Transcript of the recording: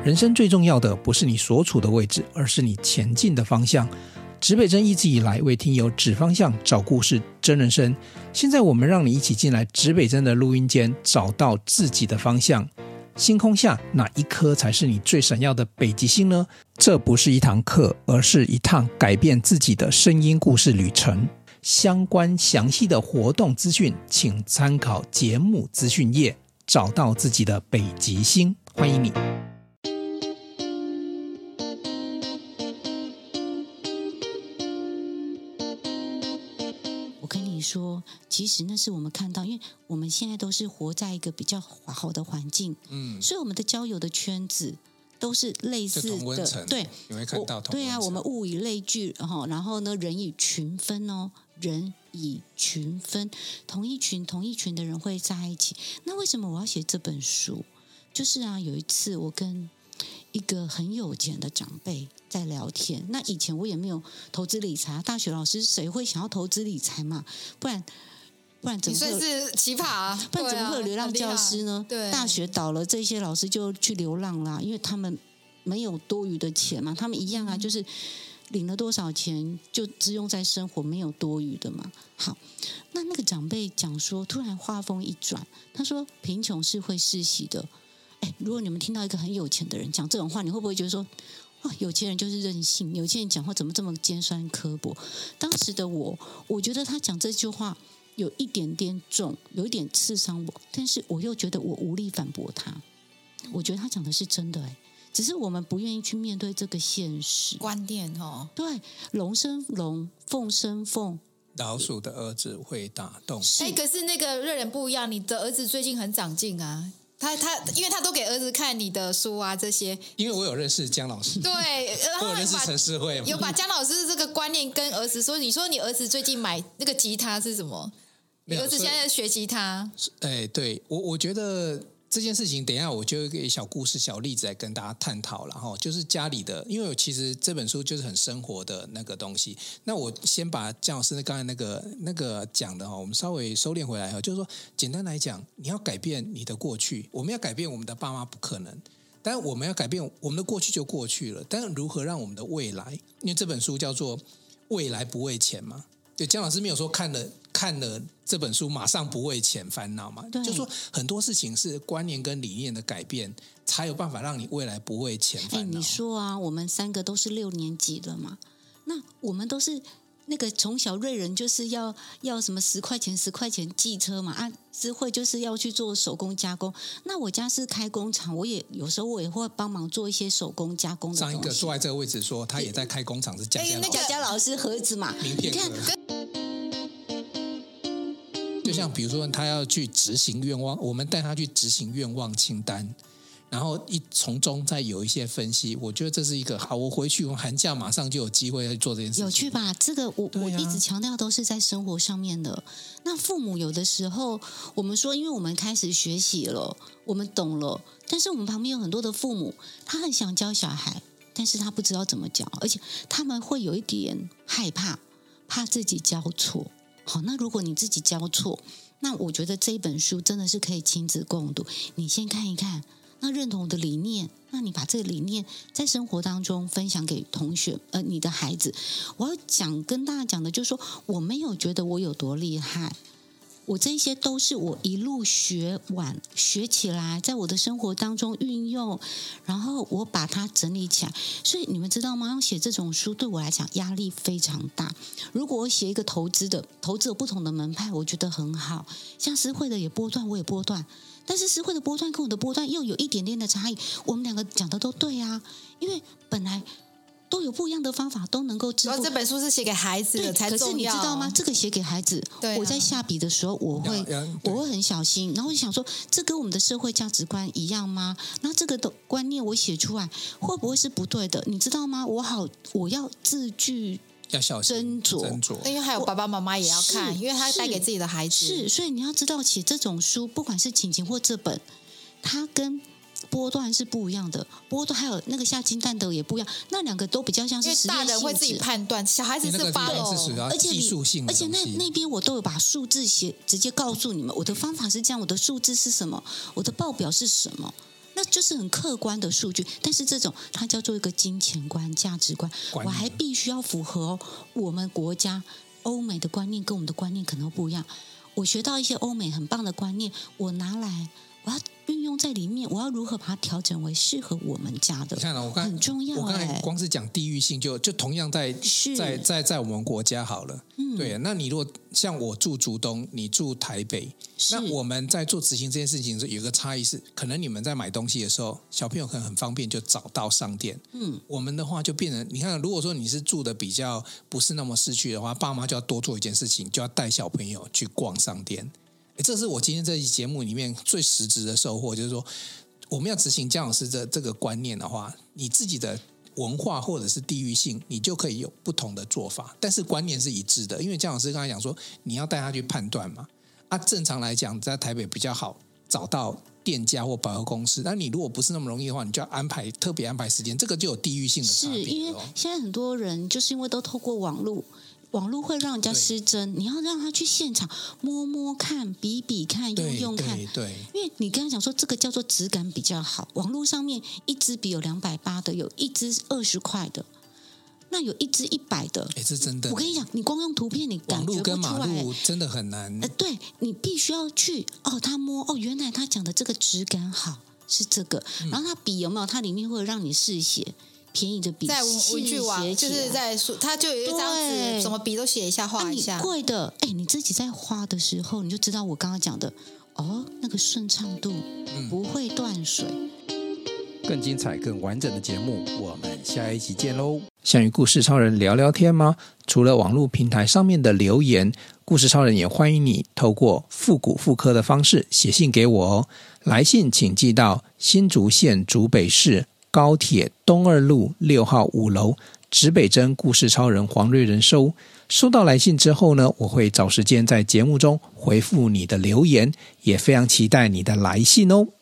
人生最重要的不是你所处的位置，而是你前进的方向。指北针一直以来为听友指方向、找故事、真人生。现在我们让你一起进来指北针的录音间，找到自己的方向。星空下哪一颗才是你最闪耀的北极星呢？这不是一堂课，而是一趟改变自己的声音故事旅程。相关详细的活动资讯，请参考节目资讯页，找到自己的北极星。欢迎你。 我跟你说，其实那是我们看到，因为我们现在都是活在一个比较好的环境，所以我们的交友的圈子都是类似的，对， 你会看到同温层， 对啊，我们物以类聚，然后呢，人以群分哦，人以群分，同一群的人会在一起。那为什么我要写这本书？就是啊，有一次我跟一个很有钱的长辈在聊天，那以前我也没有投资理财，大学老师谁会想要投资理财嘛？不然怎么会？ 你算是奇葩啊！ 不然怎么会有流浪教师呢？ 对， 大学倒了，这些老师就去流浪啦，因为他们没有多余的钱嘛，他们一样啊，就是领了多少钱就只用在生活，没有多余的嘛。好，那个长辈讲说，突然话锋一转，他说：“贫穷是会世袭的。”如果你们听到一个很有钱的人讲这种话，你会不会觉得说，有钱人就是任性，有钱人讲话怎么这么尖酸刻薄？当时的我觉得他讲这句话有一点点重，有一点刺伤我，但是我又觉得我无力反驳他。我觉得他讲的是真的，只是我们不愿意去面对这个现实观念哦。 对，龙生龙，凤生凤。 老鼠的儿子会打洞。 可是那个瑞仁不一样，你的儿子最近很长进啊。他因为他都给儿子看你的书啊，这些。因为我有认识姜老师， 对， 我有认识陈世慧， 有把姜老师这个观念跟儿子说。你说你儿子最近买那个吉他是什么？你儿子现在学吉他。 对，我觉得这件事情，等一下我就有一个小故事、小例子来跟大家探讨了哈。就是家里的，因为其实这本书就是很生活的那个东西。那我先把姜老师刚才那个讲的哈，我们稍微收敛回来哈。就是说，简单来讲，你要改变你的过去，我们要改变我们的爸妈不可能，但我们要改变我们的过去就过去了。但是如何让我们的未来？因为这本书叫做《未来不为钱》嘛。对，姜老师没有说看了这本书马上不为钱烦恼嘛，就说很多事情是观念跟理念的改变，才有办法让你未来不为钱烦恼。 你说啊，我们3个都是6年级了嘛，那我们都是那个从小瑞人就是要什么10块钱寄车嘛，智慧就是要去做手工加工。那我家是开工厂，有时候我也会帮忙做一些手工加工的东西。 上一个坐在这个位置说他也在开工厂是佳佳老师盒子嘛， 名片盒。就像比如说他要去执行愿望，我们带他去执行愿望清单，然后从中再有一些分析。我觉得这是一个好，我回去我寒假马上就有机会去做这件事情。 有趣吧？这个我一直强调都是在生活上面的。那父母有的时候我们说，因为我们开始学习了，我们懂了，但是我们旁边有很多的父母，他很想教小孩，但是他不知道怎么教，而且他们会有一点害怕自己教错。好，那如果你自己教错，那我觉得这一本书真的是可以亲子共读。你先看一看，那认同我的理念，那你把这个理念在生活当中分享给同学，你的孩子。我要跟大家讲的就是说，我没有觉得我有多厉害，我这些都是我一路学起来，在我的生活当中运用，然后我把它整理起来。所以你们知道吗？要写这种书对我来讲压力非常大。如果我写一个投资有不同的门派，我觉得很好，像诗慧的也波段，我也波段，但是诗慧的波段跟我的波段又有一点点的差异。我们2个讲的都对啊，因为本来都有不一样的方法，都能够致富。 这本书是写给孩子的才重要。 可是你知道吗？这个写给孩子，我在下笔的时候，我会很小心，然后就想说，这跟我们的社会价值观一样吗？那这个的观念我写出来，会不会是不对的？你知道吗？我要字句要小心斟酌， 因为还有爸爸妈妈也要看，因为他带给自己的孩子。 是，所以你要知道，写这种书，不管是晴晴或这本，它跟波段是不一样的，波段还有那个下金蛋的也不一样，那2个都比较像是实验性质。 因为大人会自己判断，小孩子是follow， 而且技术性的东西。 而且那边我都有把数字直接告诉你们，我的方法是这样，我的数字是什么，我的报表是什么。那就是很客观的数据。但是这种它叫做一个金钱观、价值观，我还必须要符合我们国家欧美的观念，跟我们的观念可能不一样。我学到一些欧美很棒的观念，我拿来，我要运用在里面，我要如何把它调整为适合我们家的？ 你看我很重要。 我刚才光是讲地域性就同样在我们国家好了。对，那你如果像我住竹东，你住台北，那我们在做执行这件事情的时候，有一个差异是，可能你们在买东西的时候，小朋友可能很方便就找到商店。我们的话就变成，你看，如果说你是住的比较不是那么市区的话，爸妈就要多做一件事情，就要带小朋友去逛商店。这是我今天这期节目里面最实质的收获，就是说我们要执行姜老师这个观念的话，你自己的文化或者是地域性，你就可以有不同的做法，但是观念是一致的。因为姜老师刚才讲说，你要带他去判断嘛。正常来讲，在台北比较好找到店家或百货公司，但你如果不是那么容易的话，你就要特别安排时间，这个就有地域性的差别。 是因为现在很多人就是因为都透过网络会让人家失真，你要让他去现场摸摸看、比比看、用用看。 对， 因为你跟他讲说这个叫做质感比较好，网络上面一支笔有280的，有一支20块的，那有一支100的。 这真的。 我跟你讲，你光用图片你感觉不出来。网络跟马路真的很难。 对，你必须要去他摸原来他讲的这个质感好是这个，然后他笔有没有？它里面会让你试写。便宜的笔， 在文具网就是在书，它就有一张纸，什么笔都写一下，画一下。 贵的，你自己在画的时候，你就知道我刚刚讲的那个顺畅度，不会断水。 更精彩、更完整的节目，我们下一集见喽！想与故事超人聊聊天吗？除了网络平台上面的留言，故事超人也欢迎你透过复古复刻的方式写信给我哦。来信请寄到新竹县竹北市高铁东2路6号5楼，指北针故事超人黄瑞仁收。收到来信之后呢，我会找时间在节目中回复你的留言，也非常期待你的来信哦。